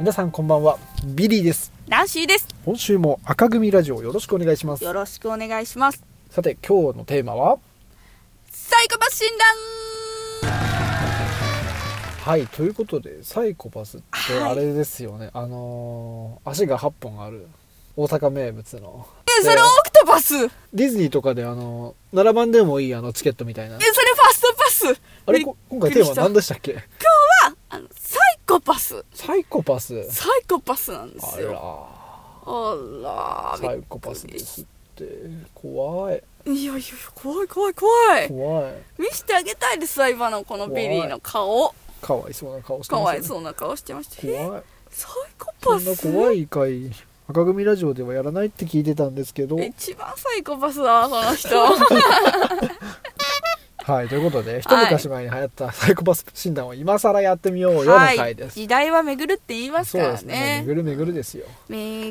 皆さんこんばんは、ビリーです。 ナンシーです。 今週も赤組ラジオよろしくお願いします。 よろしくお願いします。 さて今日のテーマはサイコパス診断。 はい、ということでサイコパスってあれですよね、足が8本ある大阪名物のそれオクトパス。 ディズニーとかで7番でもいいチケットみたいな。 それファストパス。 あれ今回テーマ何でしたっけ？ 今日はサイコパス。 サイコパス。 サイコパスなんですよ。あらサイコパスですって怖い。 いや怖い見せてあげたいですわ、今のこのビリーの顔。 かわいそうな顔してましたね。 かわいそうな顔してました。 怖い。 サイコパス。 そんな怖い回赤組ラジオではやらないって聞いてたんですけど、 一番サイコパスだわこの人。 はい、ということで一昔前に流行ったサイコパス診断を今更やってみようよの回です。 時代は巡るって言いますからね。 そうですね、巡るですよ。 巡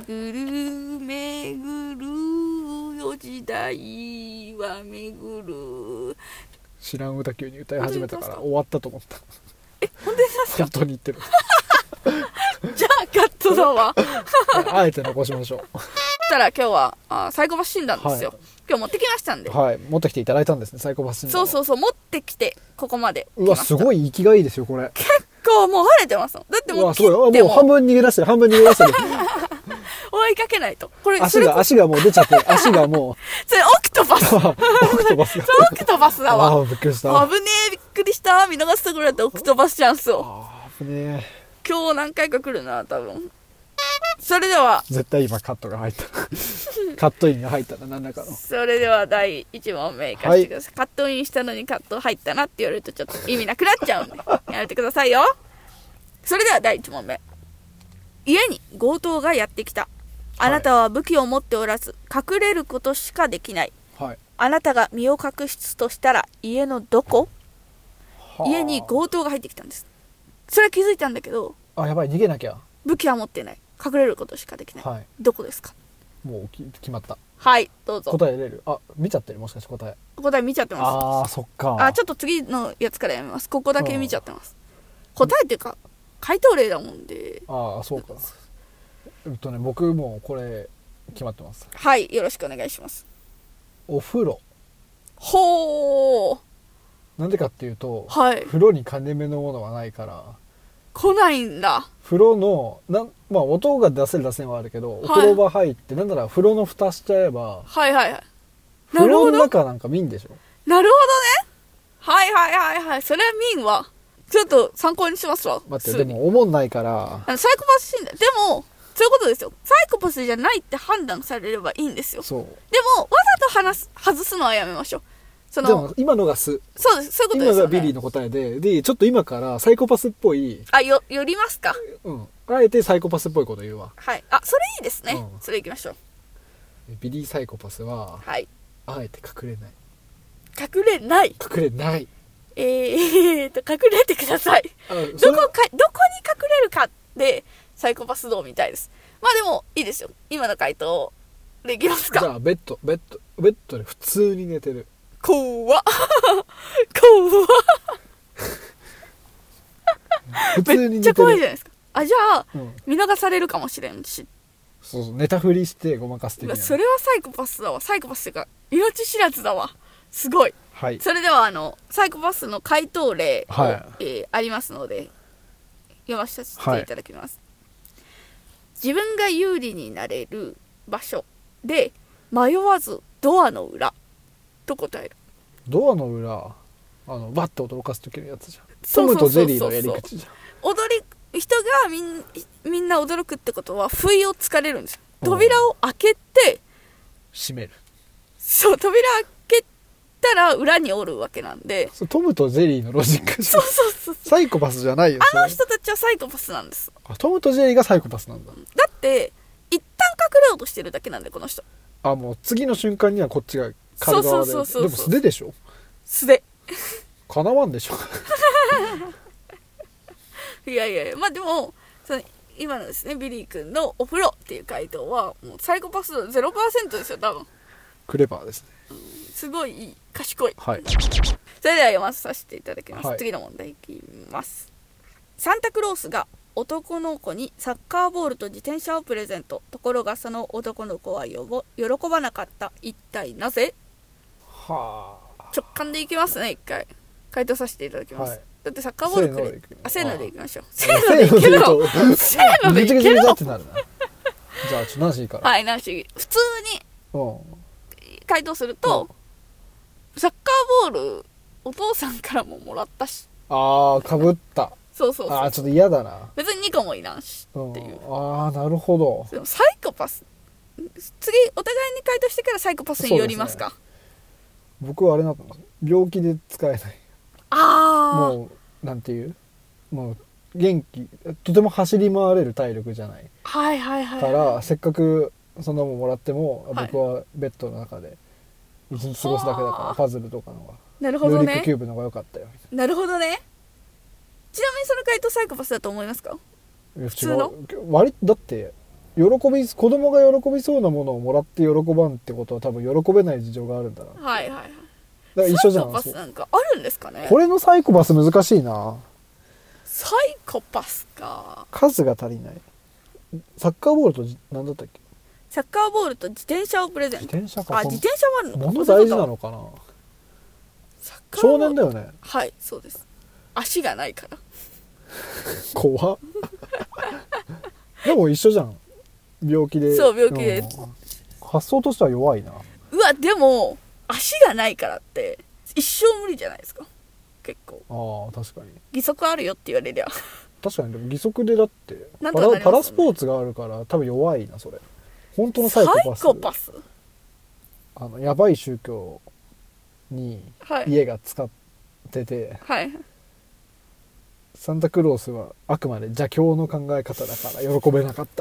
るよ時代は巡る。 知らん歌急に歌い始めたから終わったと思った。 本当ですか？ 本当に言ってる。 じゃあカットだわ。 あえて残しましょう。 そしたら今日はサイコパス診断ですよ、はい、今日持ってきましたんで。 はい、持ってきていただいたんですね、サイコパス診断。 そう持ってきてここまで来ました。 うわ、すごい生きがいいですよこれ。 結構もう晴れてますもん。だってもう切ってもう半分逃げ出してる追いかけないと。これ足がもう出ちゃって足がもうそれオクトパス。 オクトパス。 オクトパスだわ。 あ、びっくりした。 危ねえ、びっくりした。見逃すところだってオクトパスチャンスを。 危ねえ。 今日何回か来るな多分。それでは絶対今カットが入った。カットインが入ったな、何らかの。 それでは第1問目いかせてください、はい、カットインしたのにカット入ったなって言われるとちょっと意味なくなっちゃうんでやめてくださいよ。それでは第1問目。家に強盗がやってきた。あなたは武器を持っておらず隠れることしかできない、はい、あなたが身を隠すとしたら家のどこ？家に強盗が入ってきたんです。それは気づいたんだけど、 あ、やばい、逃げなきゃ。 武器は持ってない、隠れることしかできない、はい、どこですか？ もう決まった。はい、 どうぞ。 答え出る。あ、見ちゃってる、もしかして答え見ちゃってます。 ああ、そっか。 ちょっと次のやつからやめます。ここだけ見ちゃってます、答えっていうか回答例だもんで。 ああ、そうか。僕もこれ決まってます。 はい、よろしくお願いします。 お風呂。 ほー。 なんでかっていうと、 はい、 風呂に金目のものはないから来ないんだ。 風呂のまあ音が出せる出せんはあるけど、お風呂場入ってなんなら風呂の蓋しちゃえば、 はい風呂の中なんか見んでしょ。 なるほどね。はい、それは見んわ。ちょっと参考にしますわ。 待って、でも思んないからサイコパス診断でもそういうことですよ。サイコパスじゃないって判断されればいいんですよ。 そう。 でもわざと外すのはやめましょう。 でも今のがそうです、 そういうことですよね。 今がビリーの答えでちょっと今からサイコパスっぽい。 よりますか。 あえてサイコパスっぽいこと言うわ。 はい。それいいですね。それいきましょう。 ビリーサイコパスは、 はい、 あえて隠れない。 隠れない。隠れてください。どこに隠れるかでサイコパス度みたいです。まあでもいいですよ。今の回答できますか。 じゃあベッドで普通に寝てる。 怖っ普通に寝てる。 めっちゃ怖いじゃないですか。じゃあ、見逃されるかもしれんし。 そう、寝たふりしてごまかす的な。 それはサイコパスだわ。サイコパスっていうか命知らずだわ。すごい。はい、それではサイコパスの回答例を、ありますので読ませていただきます、自分が有利になれる場所で迷わずドアの裏と答える。 ドアの裏、バッと驚かす時のやつじゃん。トムとジェリーのやり口じゃん。 人がみんな驚くってことは不意をつかれるんですよ。扉を開けて閉める。 そう、扉開けたら裏におるわけなんで。 トムとジェリーのロジックじゃん。 そうサイコパスじゃないよ。 人たちはサイコパスなんです。 トムとジェリーがサイコパスなんだ。 だって一旦隠れようとしてるだけなんでこの人。 もう次の瞬間にはこっちが狩る側で。でも素手でしょ。素手かなわんでしょ。 いやまあでも今のですね、ビリー君のお風呂っていう回答はもうサイコパス 0% ですよ。多分クレバーですね、 すごい賢い、 はい、 それでは読まさせていただきます、次の問題いきます。サンタクロースが男の子にサッカーボールと自転車をプレゼント。ところがその男の子は喜ばなかった。一体なぜ？ はあ。 直感でいきますね。一回回答させていただきます、はい、だってサッカーボールくれせーのでいきましょう。せーのでいけるの？せーのでいけるの？ ってなるな。じゃあナンシーから。 はい、ナンシー。普通に回答すると、サッカーボールお父さんからももらったし。 ああ、かぶった。 そうそうそう。 ああ、ちょっと嫌だな。 別に2個もいらんしっていう。 ああ、なるほど。 でもサイコパス。次お互いに回答してからサイコパスによりますか？ 僕はあれなんです。病気で使えない。 ああ。 もうなんていう？もう元気、とても走り回れる体力じゃない。 はいはいはい。 からせっかくそんなもんもらっても、僕はベッドの中で一日過ごすだけだから、パズルとかのが。 なるほどね。 ルーリックキューブの方が良かったよ。 なるほどね。ちなみにその回答サイコパスだと思いますか？普通の？ だって子供が喜びそうなものをもらって喜ばんってことは多分喜べない事情があるんだな。 はいはいはい。 だから一緒じゃん。 サイコパスなんかあるんですかね。 これのサイコパス難しいな。 サイコパスか。 数が足りない。サッカーボールと何だったっけ？ サッカーボールと自転車をプレゼント。 自転車か。 あ、自転車もあるのか。 物大事なのかな。少年だよね。 はい、そうです。足がないから。 怖っ。でも一緒じゃん。病気で。 そう、病気で、 発想としては弱いな。 うわ、でも足がないからって一生無理じゃないですか。結構。 ああ、確かに。 義足あるよって言われりゃ。 確かに。でも義足でだってパラスポーツがあるから多分弱いな、それ。本当のサイコパス。やばい宗教に家が使ってて、 はい、 サンタクロースはあくまで邪教の考え方だから喜べなかった。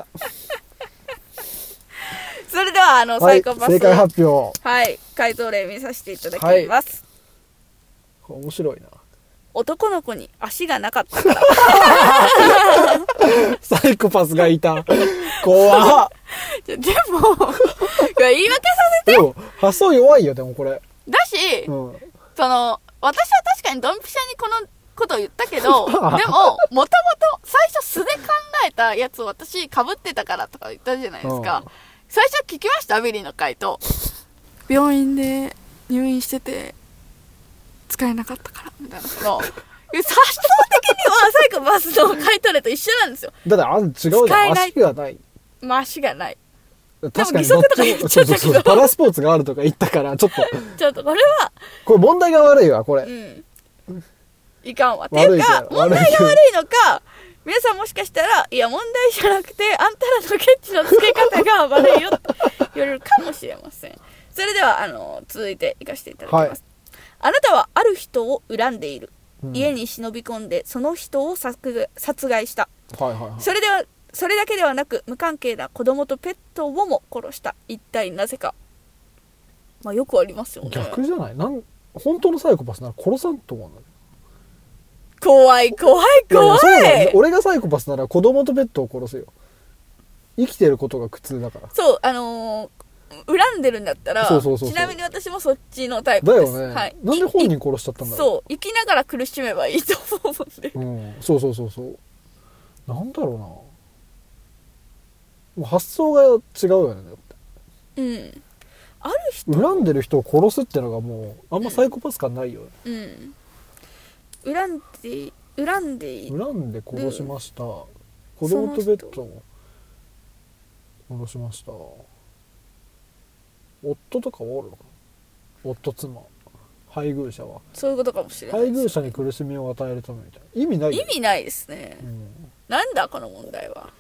それではサイコパス、 正解発表。 はい、回答例見させていただきます、 はい、面白いな。 男の子に足がなかったから。 サイコパスがいた。怖っ。 でも言い訳させて。 でも発想弱いよ。でもこれだし、私は確かにドンピシャにこのことを言ったけど、でももともと最初素で考えたやつを私かぶってたからとか言ったじゃないですか、最初聞きました？ビリの回答。病院で入院してて使えなかったからみたいなの。発想的にはサイコパスの回答例と一緒なんですよ。 だって違うじゃん。足がない。 まあ足がない。 確かにどっちもそうパラスポーツがあるとか言ったからちょっとこれは問題が悪いわこれ。 いかんわ。っていうか問題が悪いのか、皆さんもしかしたらいや問題じゃなくてあんたらのケチのつけ方が悪いよって言われるかもしれません。それでは続いていかせていただきます、はい、あなたはある人を恨んでいる、家に忍び込んでその人を殺害した、それだけではなく無関係な子供とペットをも殺した。一体なぜか。まあよくありますよね。 逆じゃない？本当のサイコパスなら殺さんと思うんだけど。 怖い。 いや俺がサイコパスなら子供とペットを殺すよ。生きてることが苦痛だから。 そう恨んでるんだったら、ちなみに私もそっちのタイプです。 だよね、はい、なんで本人殺しちゃったんだろう。 そう、生きながら苦しめばいいと思うんで、 そうなんだろうな、もう発想が違うよね。 ある人恨んでる人を殺すってのがもうあんまサイコパス感ないよね。 恨んで殺しました。子供とペットを殺しました。夫とかはおるのかな。夫、妻、配偶者はそういうことかもしれない、ね、 配偶者に苦しみを与えるためみたいな。意味ないですね、なんだこの問題は。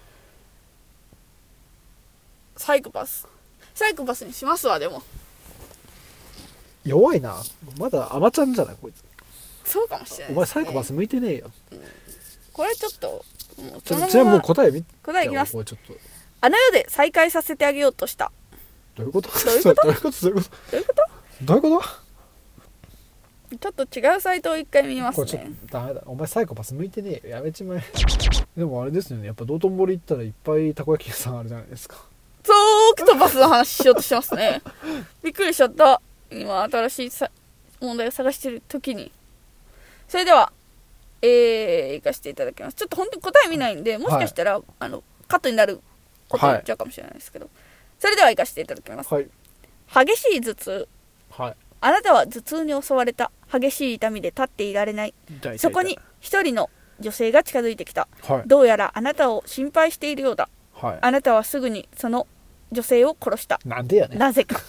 サイコパスにしますわ。でも弱いな。まだアマちゃんじゃないこいつ。 そうかもしれない、ね、 お前サイコパス向いてねえよ、 これちょっとじゃあもう答えいきます。あの世で再会させてあげようとした。 どういうこと？ ちょっと違うサイトを一回見ますね。 これちょっとダメだ。お前サイコパス向いてねえよ。やめちまえ。でもあれですよね。やっぱ道頓堀行ったらいっぱいたこ焼き屋さんあるじゃないですか。 オクトパスの話しようとしてますね。びっくりしちゃった。今新しい問題を探してる時に。それでは行かせていただきます。ちょっと本当に答え見ないんで、もしかしたら、カットになること言っちゃうかもしれないですけど、それでは行かせていただきます。激しい頭痛。あなたは頭痛に襲われた。激しい痛みで立っていられない。そこに一人の女性が近づいてきた。どうやらあなたを心配しているようだ。あなたはすぐにその女性を殺した。 なんでやねん。 なぜか。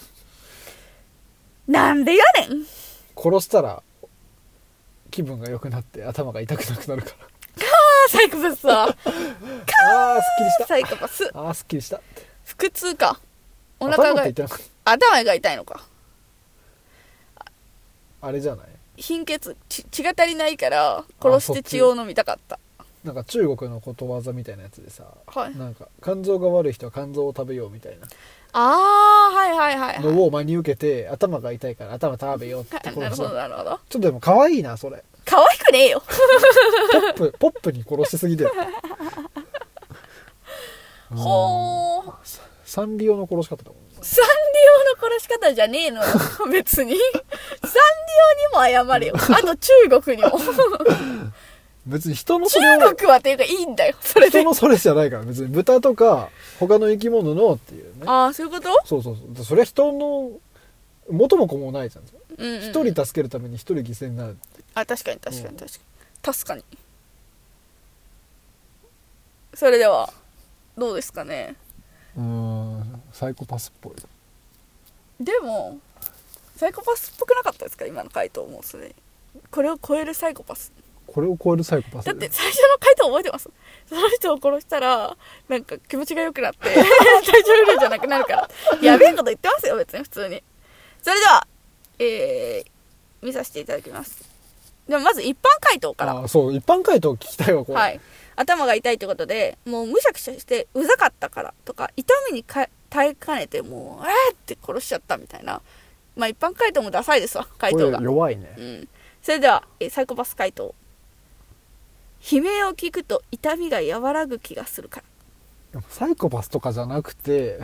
なんでやねん。 殺したら気分が良くなって頭が痛くなくなるから。 サイコパスだ。 すっきりした。 サイコパス。 すっきりした。 腹痛か。お腹が頭が痛いのか。 あれじゃない？ 貧血、血が足りないから殺して血を飲みたかった。 なんか中国のことわざみたいなやつでさ、なんか肝臓が悪い人は肝臓を食べようみたいなのを真に受けて、頭が痛いから頭食べようって殺した。 なるほどなるほど。 ちょっとでも可愛いなそれ。 可愛くねえよ。 ポップに殺しすぎてる。 ほー。 サンリオの殺し方だもん。 サンリオの殺し方じゃねえのよ。別に。サンリオにも謝れよ。あと中国にも。 別に人のそれ中国はっていうかいいんだよ。それで。 人のそれじゃないから別に豚とか他の生き物のっていうね。 ああそういうこと？ そうそれは人の元も子もないじゃん。一人助けるために一人犠牲になる。 あ確かに。それではどうですかね。 サイコパスっぽい。 でもサイコパスっぽくなかったですか今の回答。もうすでにこれを超えるサイコパス。 これを超えるサイコパス。 だって最初の回答覚えてます？その人を殺したらなんか気持ちが良くなって体調不良じゃなくなるからやべえこと言ってますよ別に普通に。それでは見させていただきます。でもまず一般回答から。 そう一般回答聞きたいわこれ。 はい。頭が痛いということでもうむしゃくしゃしてうざかったからとか痛みに耐えかねてもうって殺しちゃったみたいな。まあ一般回答もダサいですわ回答が。 これ弱いね。 それではサイコパス回答。悲鳴を聞くと痛みが和らぐ気がするから。 サイコパスとかじゃなくて、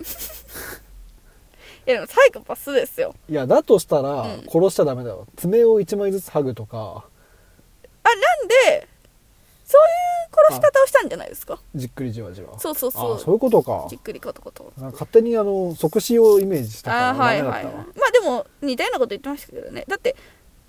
いやでもサイコパスですよ。 いやだとしたら殺しちゃダメだわ。爪を1枚ずつ剥ぐとか。 なんでそういう殺し方をしたんじゃないですか。 じっくりじわじわ。 そうそういうことか。 じっくりコトコト。 勝手に即死をイメージしたからダメだったわ。 まあでも似たようなこと言ってましたけどね。だって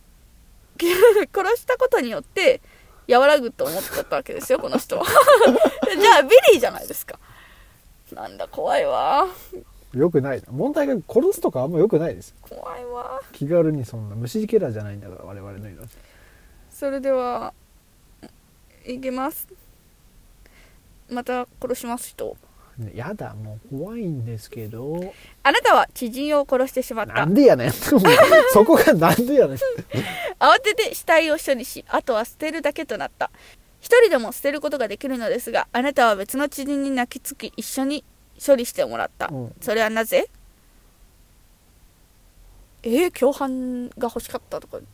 殺したことによって和らぐと思っちゃったわけですよこの人は。じゃあビリーじゃないですか。なんだ怖いわ。 よくない。問題が殺すとかあんまよくないです。 怖いわ。 気軽にそんな虫キャラじゃないんだから我々の命。 それではいきます。また殺します人。 やだもう怖いんですけど。 あなたは知人を殺してしまった。 なんでやねん。そこがなんでやねん。 慌てて死体を処理しあとは捨てるだけとなった。一人でも捨てることができるのですがあなたは別の知人に泣きつき一緒に処理してもらった、それはなぜ？共犯が欲しかったとか。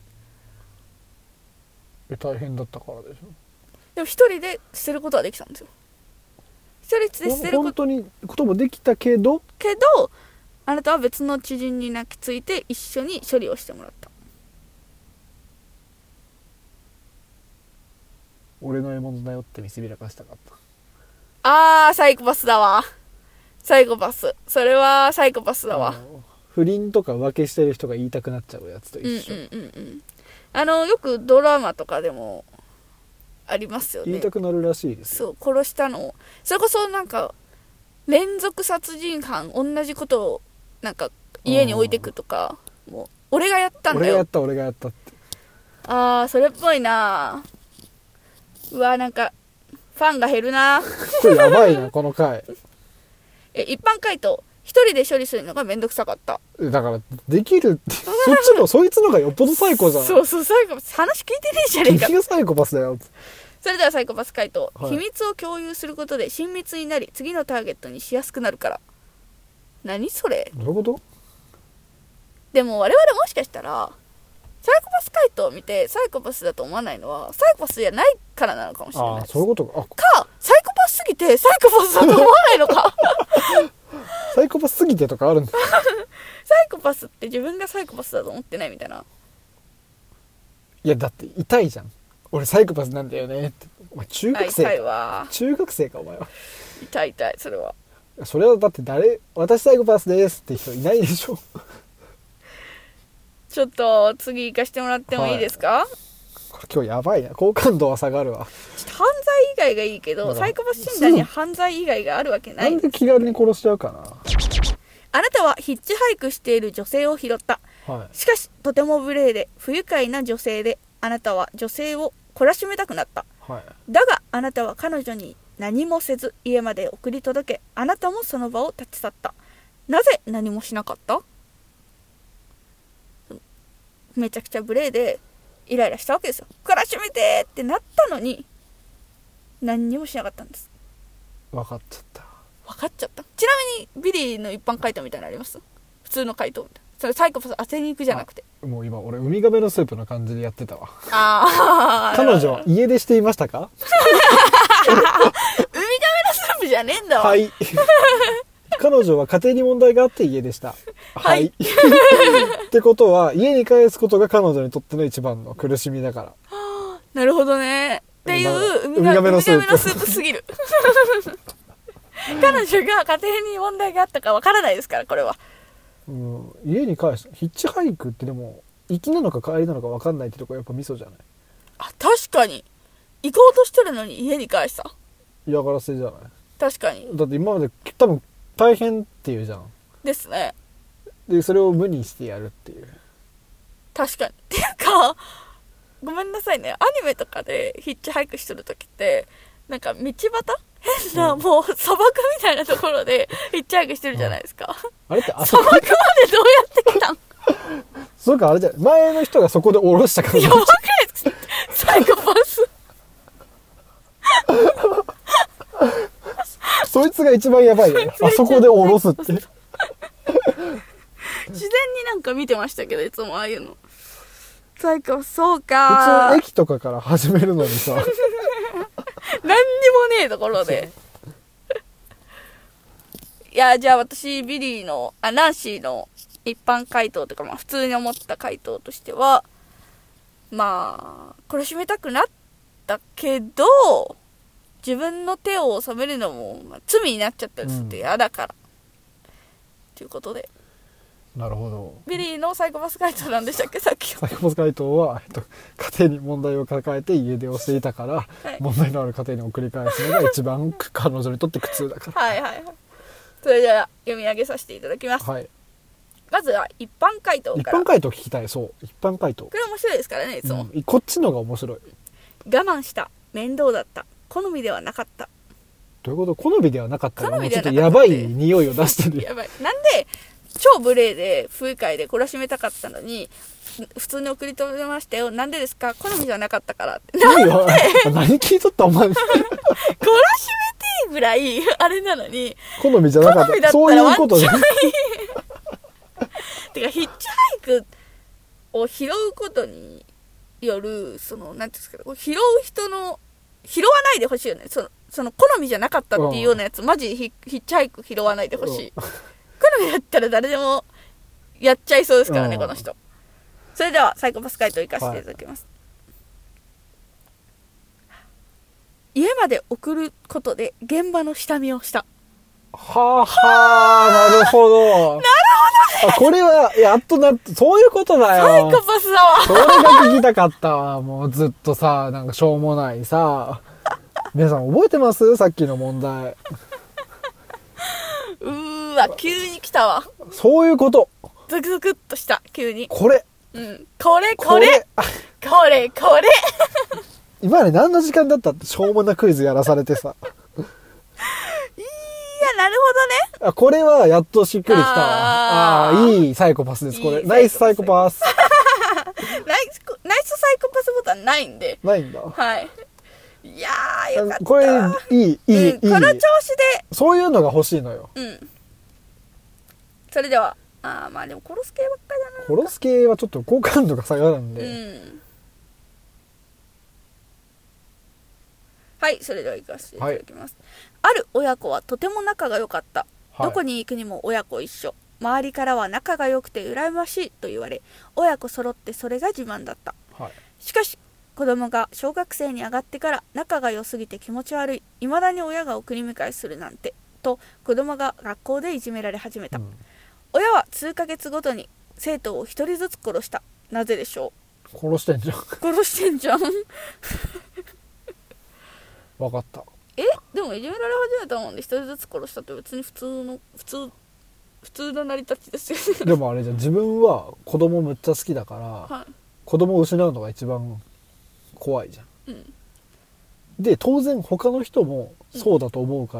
大変だったからでしょ。 でも一人で捨てることはできたんですよ。一人で捨てることもできたけどあなたは別の知人に泣きついて一緒に処理をしてもらった。 俺の獲物だよって見せびらかしたかった。 サイコパスだわ。サイコパス。それはサイコパスだわ。 不倫とか浮気してる人が言いたくなっちゃうやつと一緒。 よくドラマとかでもありますよね。 言いたくなるらしいですよ。 そう殺したのをそれこそなんか連続殺人犯同じことをなんか家に置いてくとかもう俺がやったんだよ。 俺がやったって。 それっぽいな。うわなんかファンが減るな。 これやばいなこの回。 一般回答一人で処理するのがめんどくさかった。 だからできるってそいつのがよっぽどサイコじゃん。 そうサイコパス。話聞いてねえじゃねえか。 君がサイコパスだよ。 それではサイコパス回答、秘密を共有することで親密になり次のターゲットにしやすくなるから。何それ。 どういうこと？ でも我々もしかしたらサイコパス回答を見てサイコパスだと思わないのはサイコパスじゃないからなのかもしれないです。 そういうことか。 サイコパスすぎてサイコパスだと思わないのか。 サイコパスすぎてとかあるんだ。 サイコパスって自分がサイコパスだと思ってないみたいな。 いやだって痛いじゃん。 俺サイコパスなんだよねって。お前中学生痛いわ。 中学生かお前は。 痛いそれは。 それはだって私サイコパスですって人いないでしょ。 ちょっと次行かしてもらってもいいですか？ これ今日やばいな。好感度は下がるわ。 ちょっと犯罪以外がいいけど、サイコパス診断に犯罪以外があるわけない。 なんで気軽に殺しちゃうかな。 あなたはヒッチハイクしている女性を拾った、はい、しかしとても無礼で不愉快な女性で、あなたは女性を懲らしめたくなった、はい、だがあなたは彼女に何もせず家まで送り届け、あなたもその場を立ち去った。なぜ何もしなかった？めちゃくちゃ無礼でイライラしたわけですよ。懲らしめてってなったのに何にもしなかったんです。 分かっちゃった。 ちなみにビリーの一般回答みたいなのあります？普通の回答みたいな。それサイコパス当てに行くじゃなくて。 もう今俺ウミガメのスープの感じでやってたわ。彼女は家出していましたか？ ウミガメのスープじゃねえんだわ。 はい彼女は家庭に問題があって家出したはいってことは家に帰すことが彼女にとっての一番の苦しみだから。 なるほどね。っていうウミガメのスープすぎる彼女が家庭に問題があったかわからないですから、これは。 家に帰すヒッチハイクってでも行きなのか帰りなのか分かんないってとこやっぱミソじゃない？ あ、確かに行こうとしてるのに家に帰した嫌がらせじゃない？確かに。 だって今まで多分大変っていうじゃん。 ですね。 でそれを無にしてやるっていう。 確かに。っていうかごめんなさいね、アニメとかでヒッチハイクしてる時ってなんか道端変なもう砂漠みたいなところでヒッチハイクしてるじゃないですか、 あれって砂漠までどうやって来たんそうか、あれじゃ前の人がそこで降ろしたから。 やばくないですかサイコパスそいつが一番やばいよあそこで降ろすって自然になんか見てましたけど、いつもああいうのサイコパス。そうか、 普通駅とかから始めるのにさ何にもねえところでいや、じゃあ私ビリーのナンシーの一般回答とか、普通に思った回答としては、苦しめたくなったけど自分の手を収めるのも罪になっちゃったりするって嫌だから、ということで。 なるほど。 ビリーのサイコパス回答なんでしたっけ、さっき。 サイコパス回答は、家庭に問題を抱えて家出をしていたから、はい、問題のある家庭に送り返すのが一番彼女にとって苦痛だからはいはいはい。それでは読み上げさせていただきます、はい、まずは一般回答から。 一般回答聞きたい。そう一般回答、 これ面白いですからね、いつも、 こっちのが面白い。 我慢した、面倒だった、好みではなかった。 どういうこと？好みではなかったらもうちょっとやばい匂いを出してる。 やばい。なんで超無礼で不愉快で懲らしめたかったのに普通に送り止めましたよ、なんでですか？好みじゃなかったからって。なんで何聞いとったお前。懲らしめていいぐらいあれなのに好みじゃなかった。好みだったらそういうことじゃないてかヒッチハイクを拾うことによるそのなんていうんですか、拾う人の拾わないでほしいよね。その好みじゃなかったっていうようなやつ、マジヒッチハイク拾わないでほしい。好みだったら誰でもやっちゃいそうですからね、この人。それではサイコパス回答いかせていただきます、家まで送ることで現場の下見をした。 はあ、なるほど。なるほどね。これはやっとそういうことだよ。 サイコパスだわ。 それが聞きたかったわ。もうずっとさ、なんかしょうもないさ。皆さん覚えてます？さっきの問題。 急に来たわ。 そういうこと。 ゾクゾクっとした、急に。 これ。 これ。 今まで何の時間だったってしょうもなクイズやらされてさ。 なるほどね。 これはやっとしっくりきたわ。いいサイコパスです、これ。ナイスサイコパス。 ナイスサイコパスボタンないんで。 ないんだ。 はい。いやー、よかった。 これ、いい。 この調子で。 そういうのが欲しいのよ。 それでは、でも殺す系ばっかりだな。 殺す系はちょっと好感度が下がるんで。 はい、それでは行かせていただきます、ある親子はとても仲が良かった、どこに行くにも親子一緒、周りからは仲が良くて羨ましいと言われ、親子揃ってそれが自慢だった、しかし子供が小学生に上がってから仲が良すぎて気持ち悪い、未だに親が送り迎えするなんてと子供が学校でいじめられ始めた、親は数ヶ月ごとに生徒を一人ずつ殺した。なぜでしょう。殺してんじゃん。 殺してんじゃん。 分かった。 でもいじめられ始めたもんで一人ずつ殺したって別に普通の成り立ちですよね。 でもあれじゃん、自分は子供むっちゃ好きだから、はい、子供を失うのが一番怖いじゃん、で当然他の人もそうだと思うから、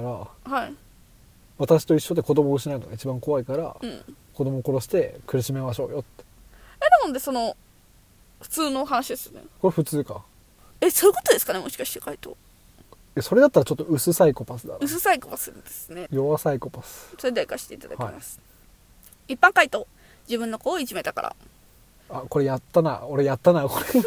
はい、私と一緒で子供を失うのが一番怖いから、子供を殺して苦しめましょうよって。 なんでその普通の話ですよね。 これ普通か。 そういうことですかね、もしかして回答。 それだったらちょっと薄サイコパスだな。 薄サイコパスですね。 弱サイコパス。 それでは行かせていただきます、一般回答、自分の子をいじめたから。 これやったな、俺やったなこれ。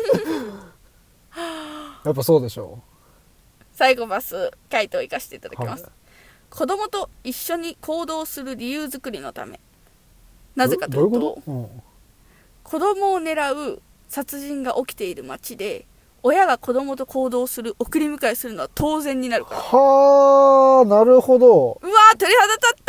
やっぱそうでしょう。サイコパス回答を行かせていただきます、子供と一緒に行動する理由作りのため。なぜかというと、子供を狙う殺人が起きている町で親が子供と行動する、送り迎えするのは当然になるから。 はあ、なるほど。 うわー、鳥肌立った。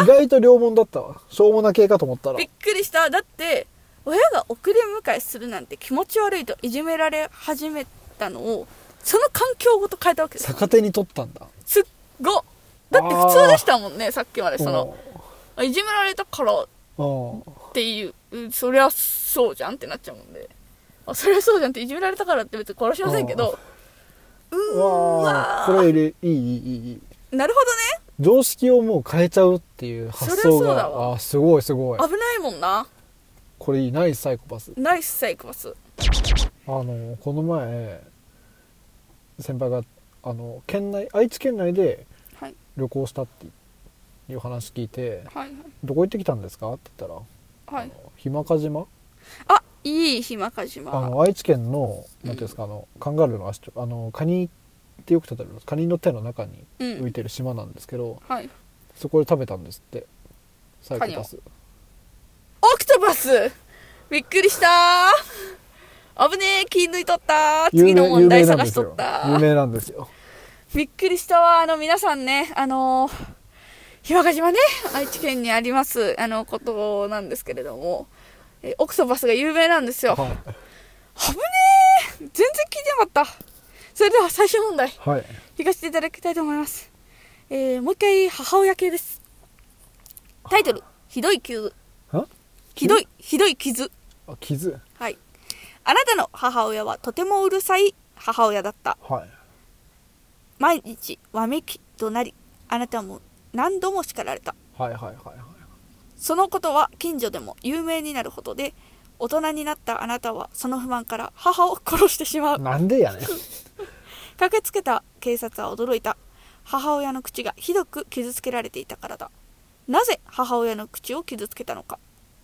意外と両門だったわ。しょうもな系かと思ったら。 びっくりした。だって親が送り迎えするなんて気持ち悪いといじめられ始めたのをその環境ごと変えたわけです。 逆手に取ったんだ。 すっご。だって普通でしたもんね、さっきまで。そのいじめられたからっていう、そりゃそうじゃんってなっちゃうもんで、そりゃそうじゃんって、いじめられたからって別に殺しませんけど、 わー、これいい。 なるほどね。 常識をもう変えちゃうっていう発想が、すごいすごい。 危ないもんな。 これいい。ナイスサイコパス。 ナイスサイコパス。 この前先輩が愛知県内で旅行したっていう話聞いて、どこ行ってきたんですかって言ったら、日間賀島。 いい日間賀島。 愛知県のなんていうんですか、カンガルーの足とカニってよく食べるカニの手の中に浮いてる島なんですけど、そこで食べたんですってサイコパス。 オクトパス。びっくりしたー。危ねえ、気抜いとったー。次の問題探しとったー。 有名なんですよ。 びっくりしたわ。皆さんね、日間賀島ね、愛知県にありますことなんですけれども、オクトパスが有名なんですよ。危ねえ、全然聞いてなかった。それでは最終問題、引かせていただきたいと思います。もう一回母親系です。タイトル、ひどい傷。ひどい傷。 傷。 はい。あなたの母親はとてもうるさい母親だった。毎日わめきとなり、あなたも何度も叱られた。そのことは近所でも有名になるほどで、大人になったあなたはその不満から母を殺してしまう。 なんでやねん。 駆けつけた警察は驚いた。母親の口がひどく傷つけられていたからだ。なぜ母親の口を傷つけたのか。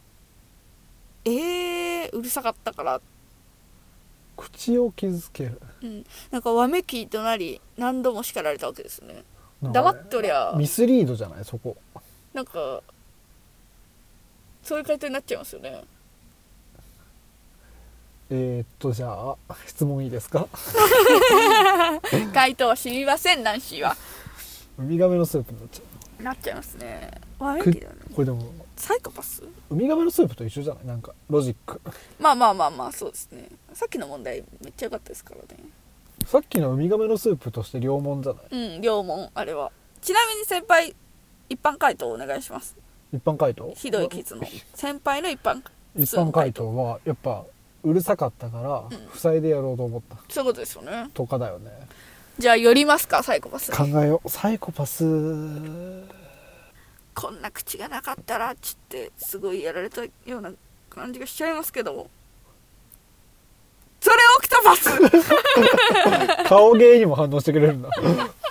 うるさかったから。 口を傷つける。 なんかわめきとなり何度も叱られたわけですね。黙っとりゃミスリードじゃないそこ。 なんかそういう回答になっちゃいますよね。 じゃあ質問いいですか。 回答は知りません。ナンシーはウミガメのスープになっちゃいますね。わめきだね。 これでもサイコパス。 ウミガメのスープと一緒じゃない。なんかロジック。 まあそうですね。さっきの問題めっちゃ良かったですからね。 さっきのウミガメのスープとして両問じゃない。 両問。あれはちなみに先輩、一般回答お願いします。 一般回答。 ひどい傷の先輩の一般回答はやっぱうるさかったから、塞いでやろうと思った。 そういうことですよね。 とかだよね。 じゃあ寄りますか、サイコパス。 考えよう。サイコパス。 こんな口がなかったらちってすごいやられたような感じがしちゃいますけど、それオクトパス。 顔芸にも反応してくれるんだ。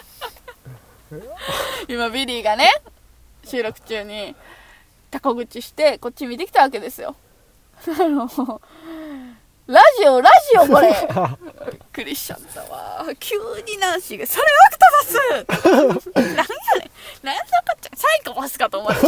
今ビリーがね、収録中にタコ口してこっち見てきたわけですよ。ラジオこれ。びっくりしちゃったわ。急にナンシーがそれオクトパス。なんやねん。なんだかっちゃサイコパスかと思われ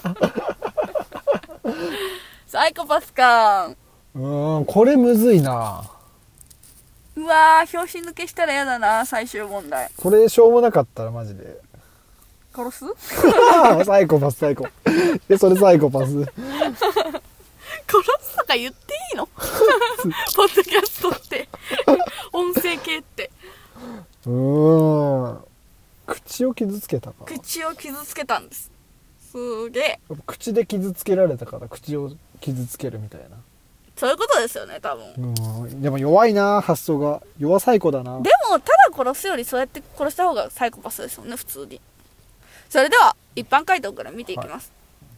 た。サイコパスか。 これむずいな。 うわー、拍子抜けしたらやだな。最終問題これしょうもなかったらマジで殺すサイコパスサイコでそれサイコパス殺すとか言っていいのポッドキャストって音声系って口を傷つけたか。 口を傷つけたんです。すげえ。 口で傷つけられたから口を傷つけるみたいな、 そういうことですよね、多分。 でも弱いな、発想が。弱サイコだな。 でもただ殺すよりそうやって殺した方がサイコパスですよね、普通に。それでは一般回答から見ていきます、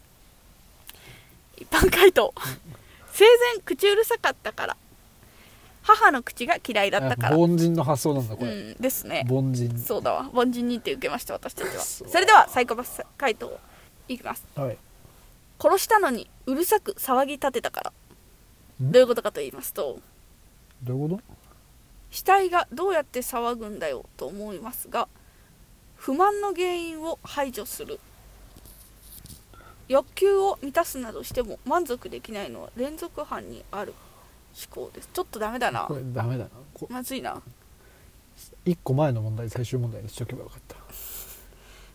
一般回答生前口うるさかったから、母の口が嫌いだったから。 凡人の発想なんだこれ、 ですね。 凡人。 そうだわ、凡人認定受けました私たちは。それではサイコパス回答いきます、殺したのにうるさく騒ぎ立てたから。どういうことかと言いますと、 どういうこと？ 死体がどうやって騒ぐんだよと思いますが、不満の原因を排除する。欲求を満たすなどしても満足できないのは連続犯にある思考です。ちょっとダメだな。 これダメだな。 まずいな。 1個前の問題最終問題にしとけばよかった。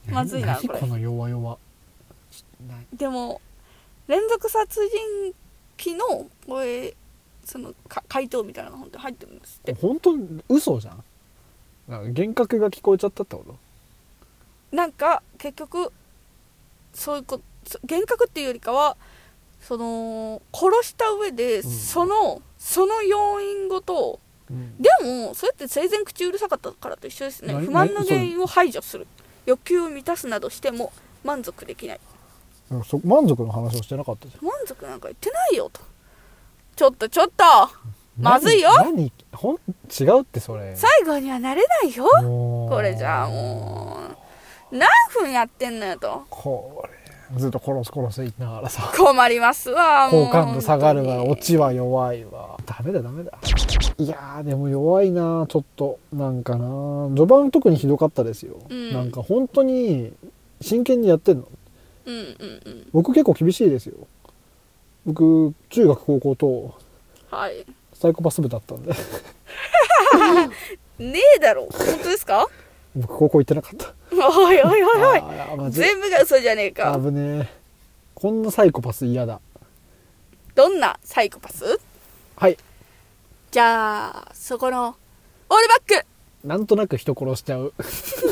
まずいなこれ。 この弱々。 でも連続殺人鬼のこれその回答みたいなのが本当に入ってるんですって。 本当に嘘じゃん。なんか幻覚が聞こえちゃったってこと？ なんか結局そういうこと幻覚っていうよりかはその殺した上で、その要因ごと、でもそれって生前口うるさかったからと一緒ですね。不満の原因を排除する、欲求を満たすなどしても満足できない。 満足の話をしてなかったじゃん。 満足なんか言ってないよと。ちょっとまずいよ。 違うってそれ。 最後にはなれないよこれじゃあ。もう何分やってんのよと。 これずっと殺す言いながらさ、 困りますわ。 好感度下がるわ、オチは弱いわ。ダメだ。いやーでも弱いな、ちょっとなんかな。序盤特にひどかったですよ、なんか本当に真剣にやってんの。僕結構厳しいですよ。僕中学高校とサイコパス部だったんでねえだろ。本当ですか？ 僕高校行ってなかった。 おい全部が嘘じゃねえか。 危ねえ。こんなサイコパス嫌だ。 どんなサイコパス？じゃあそこのオールバック。 なんとなく人殺しちゃう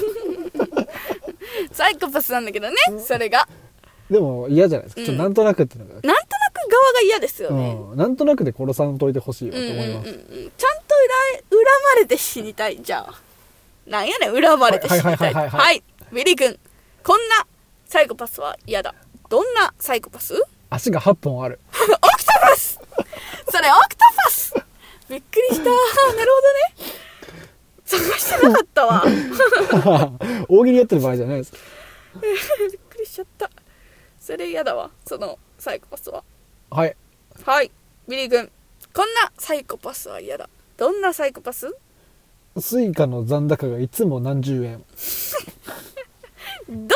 サイコパスなんだけどね、それが。 でも嫌じゃないですか、ちょっとなんとなくっていうのが、 なんとなく側が嫌ですよね、 なんとなくで殺さんといてほしいよと思います、 ちゃんと恨まれて死にたい。じゃあなんやねん、恨まれて死にたい。はい、ウィリー君、こんなサイコパスは嫌だ。どんなサイコパス？ 足が8本あるオクトパスそれオクトパス。びっくりした。なるほどね、探してなかったわ大喜利やってる場合じゃないです。 びっくりしちゃった。それ嫌だわ、そのサイコパスは。はい、ビリー君、こんなサイコパスは嫌だ。どんなサイコパス？ スイカの残高がいつも何十円。 どういう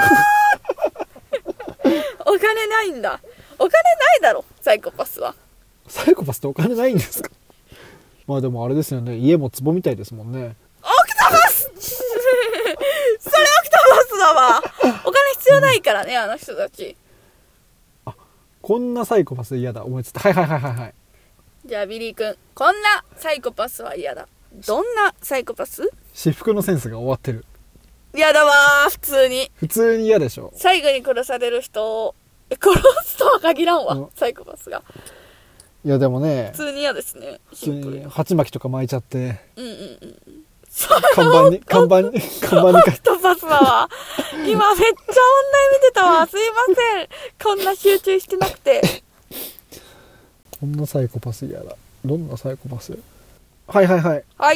ことお金ないんだ。お金ないだろサイコパスは。サイコパスってお金ないんですか？まあでもあれですよね、家も壺みたいですもんね。オクトパスそれオクトパスだわ。お金必要ないからね、あの人たち。あ、こんなサイコパス嫌だ、思いついた。はい。じゃあビリー君、こんなサイコパスは嫌だ。どんなサイコパス？私服のセンスが終わってる。嫌だわー、普通に嫌でしょ。最後に殺される人を殺すとは限らんわ、サイコパスが。いやでもね、普通に嫌ですね。普通に鉢巻きとか巻いちゃって、看板にオクトパスだわ。今めっちゃオンライン見てたわ。すいません、こんな集中してなくて。こんなサイコパス嫌だ。どんなサイコパス？はい。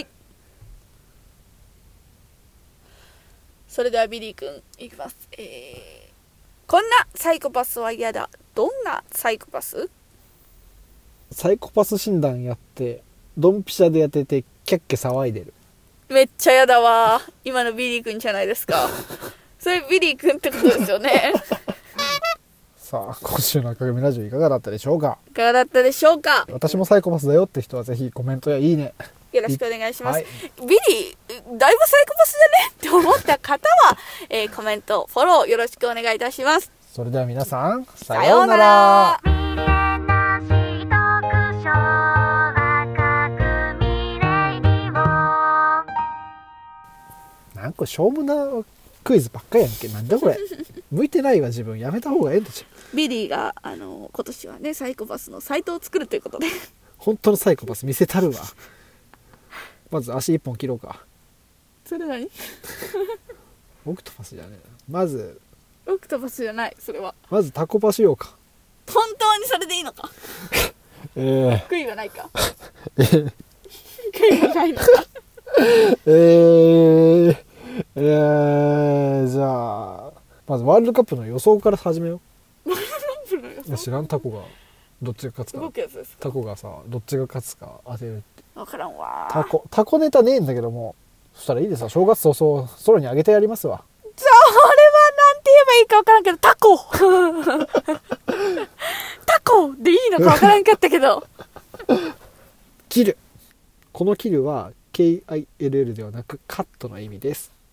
それではビリー君いきます。こんなサイコパスは嫌だ。どんなサイコパス？サイコパス診断やってドンピシャでやっててキャッキャ騒いでる。めっちゃ嫌だわ。今のビリー君じゃないですか。それビリー君ってことですよね。さあ、今週の赤組ラジオいかがだったでしょうか？私もサイコパスだよって人はぜひコメントやいいねよろしくお願いします、 はい、 ビリーだいぶサイコパスだねって思った方は、コメントフォローよろしくお願いいたします。 それでは皆さんさようなら。なんかしょうもなクイズばっかりやんけ。なんだこれ向いてないわ自分。やめた方がええんでしょ。 ビリーが今年はねサイコパスのサイトを作るということで本当のサイコパス見せたるわ。まず足一本切ろうか。 それ何オクトパスじゃねえな。まずオクトパスじゃない。それはまずタコパしようか。 本当にそれでいいのか悔いはないか悔いはないのかじゃあまずワールドカップの予想から始めよう。ワールドカップの予想。 知らん。タコがどっちが勝つか。 動くやつですか。 タコがさどっちが勝つか当てるって。 分からんわ。 タコネタねえんだけども、そしたらいいですよ。正月早々空に上げてやりますわ。 それはなんて言えばいいか分からんけどタコタコでいいのか分からんかったけどキル。このキルは KILL ではなくカットの意味です。